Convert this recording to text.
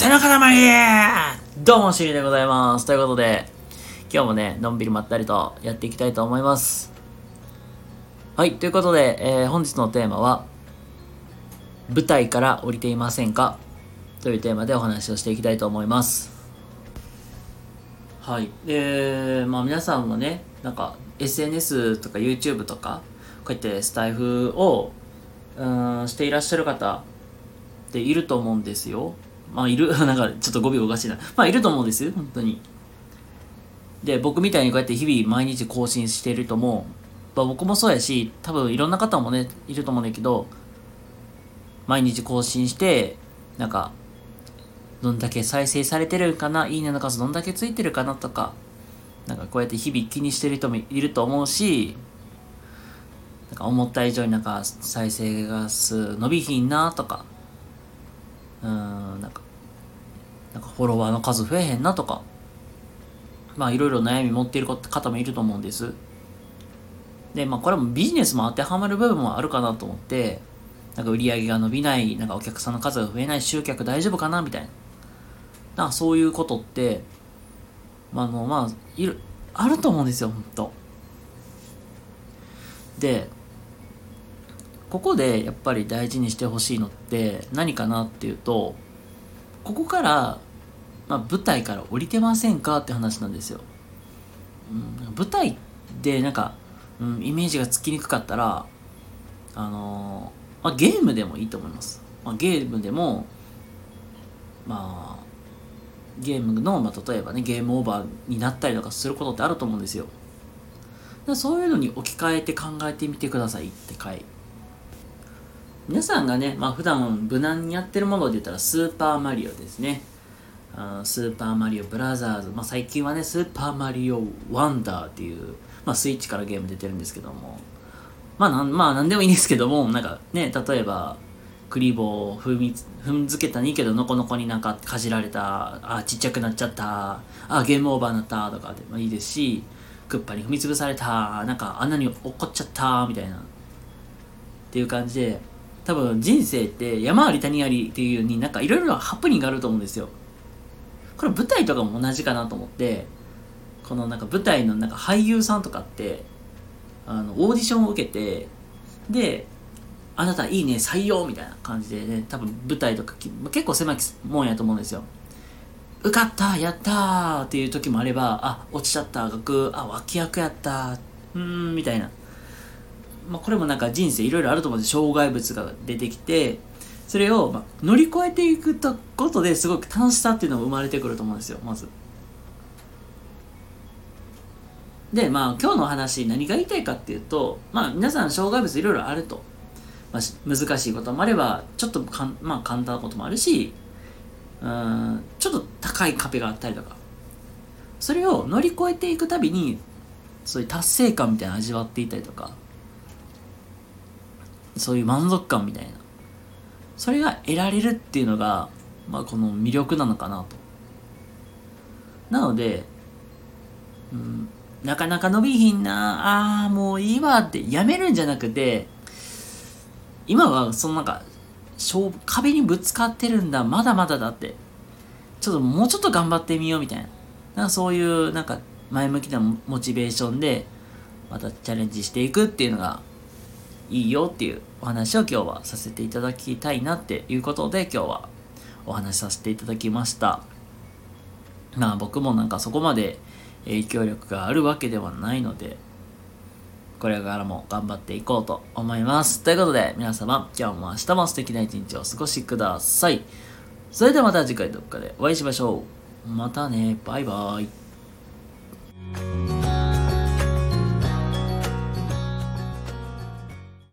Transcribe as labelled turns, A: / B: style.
A: 背中だまりどうも、しゅりでございます。ということで、今日もね、のんびりまったりとやっていきたいと思います。はい、ということで、本日のテーマは、舞台から降りていませんかというテーマでお話をしていきたいと思います。はい。皆さんもね、SNS とか YouTube とか、こうやってスタイフをしていらっしゃる方っていると思うんですよ。いるちょっと語尾おかしいな。いると思うんですよ、本当に。で、僕みたいにこうやって日々毎日更新しているとも、僕もそうやし、多分いろんな方もね、いると思うんだけど、毎日更新して、どんだけ再生されてるかな、いいねの数どんだけついてるかなとか、こうやって日々気にしてる人もいると思うし、思った以上に再生が数伸びひんなとか、フォロワーの数増えへんなとか、いろいろ悩み持っている方もいると思うんです。で、これもビジネスも当てはまる部分もあるかなと思って、売り上げが伸びない、お客さんの数が増えない、集客大丈夫かなみたいな。そういうことって、あると思うんですよ、ほんと。で、ここでやっぱり大事にしてほしいのって何かなっていうと、ここから、舞台から降りてませんかって話なんですよ。舞台でイメージがつきにくかったら、ゲームでもいいと思います。ゲームでも、ゲームの、例えばね、ゲームオーバーになったりとかすることってあると思うんですよ。そういうのに置き換えて考えてみてくださいって回。皆さんがね、普段無難にやってるもので言ったらスーパーマリオですね。スーパーマリオブラザーズ、最近はね、スーパーマリオワンダーっていう、スイッチからゲーム出てるんですけども、なんでもいいんですけども、例えば、クリボーを踏んづけたにいいけど、ノコノコにかじられた、ちっちゃくなっちゃった、ゲームオーバーになったとかでもいいですし、クッパに踏み潰された、穴に落っこっちゃった、みたいな。っていう感じで、多分人生って山あり谷ありっていうようにいろいろハプニングがあると思うんですよ。これ舞台とかも同じかなと思って、この舞台の俳優さんとかってオーディションを受けて、であなたいいね採用みたいな感じでね、多分舞台とか結構狭いもんやと思うんですよ。受かったやったーっていう時もあれば、落ちちゃった脇役やったみたいな。これも人生いろいろあると思うんです。障害物が出てきて、それを乗り越えていくことですごく楽しさっていうのが生まれてくると思うんですよ、まず。で、今日の話何が言いたいかっていうと、皆さん障害物いろいろあると。難しいこともあれば、ちょっと簡単なこともあるし、ちょっと高い壁があったりとか。それを乗り越えていくたびに、そういう達成感みたいなの味わっていたりとか、そういう満足感みたいな。それが得られるっていうのが、この魅力なのかなと。なので、なかなか伸びひんな、もういいわってやめるんじゃなくて、今はその壁にぶつかってるんだ、まだまだだって、もうちょっと頑張ってみようみたいな。そういう前向きなモチベーションで、またチャレンジしていくっていうのがいいよっていうお話を今日はさせていただきたいなっていうことで、今日はお話しさせていただきました。僕もそこまで影響力があるわけではないので、これからも頑張っていこうと思います。ということで皆様、今日も明日も素敵な一日をお過ごしください。それではまた次回どっかでお会いしましょう。またね、バイバイ。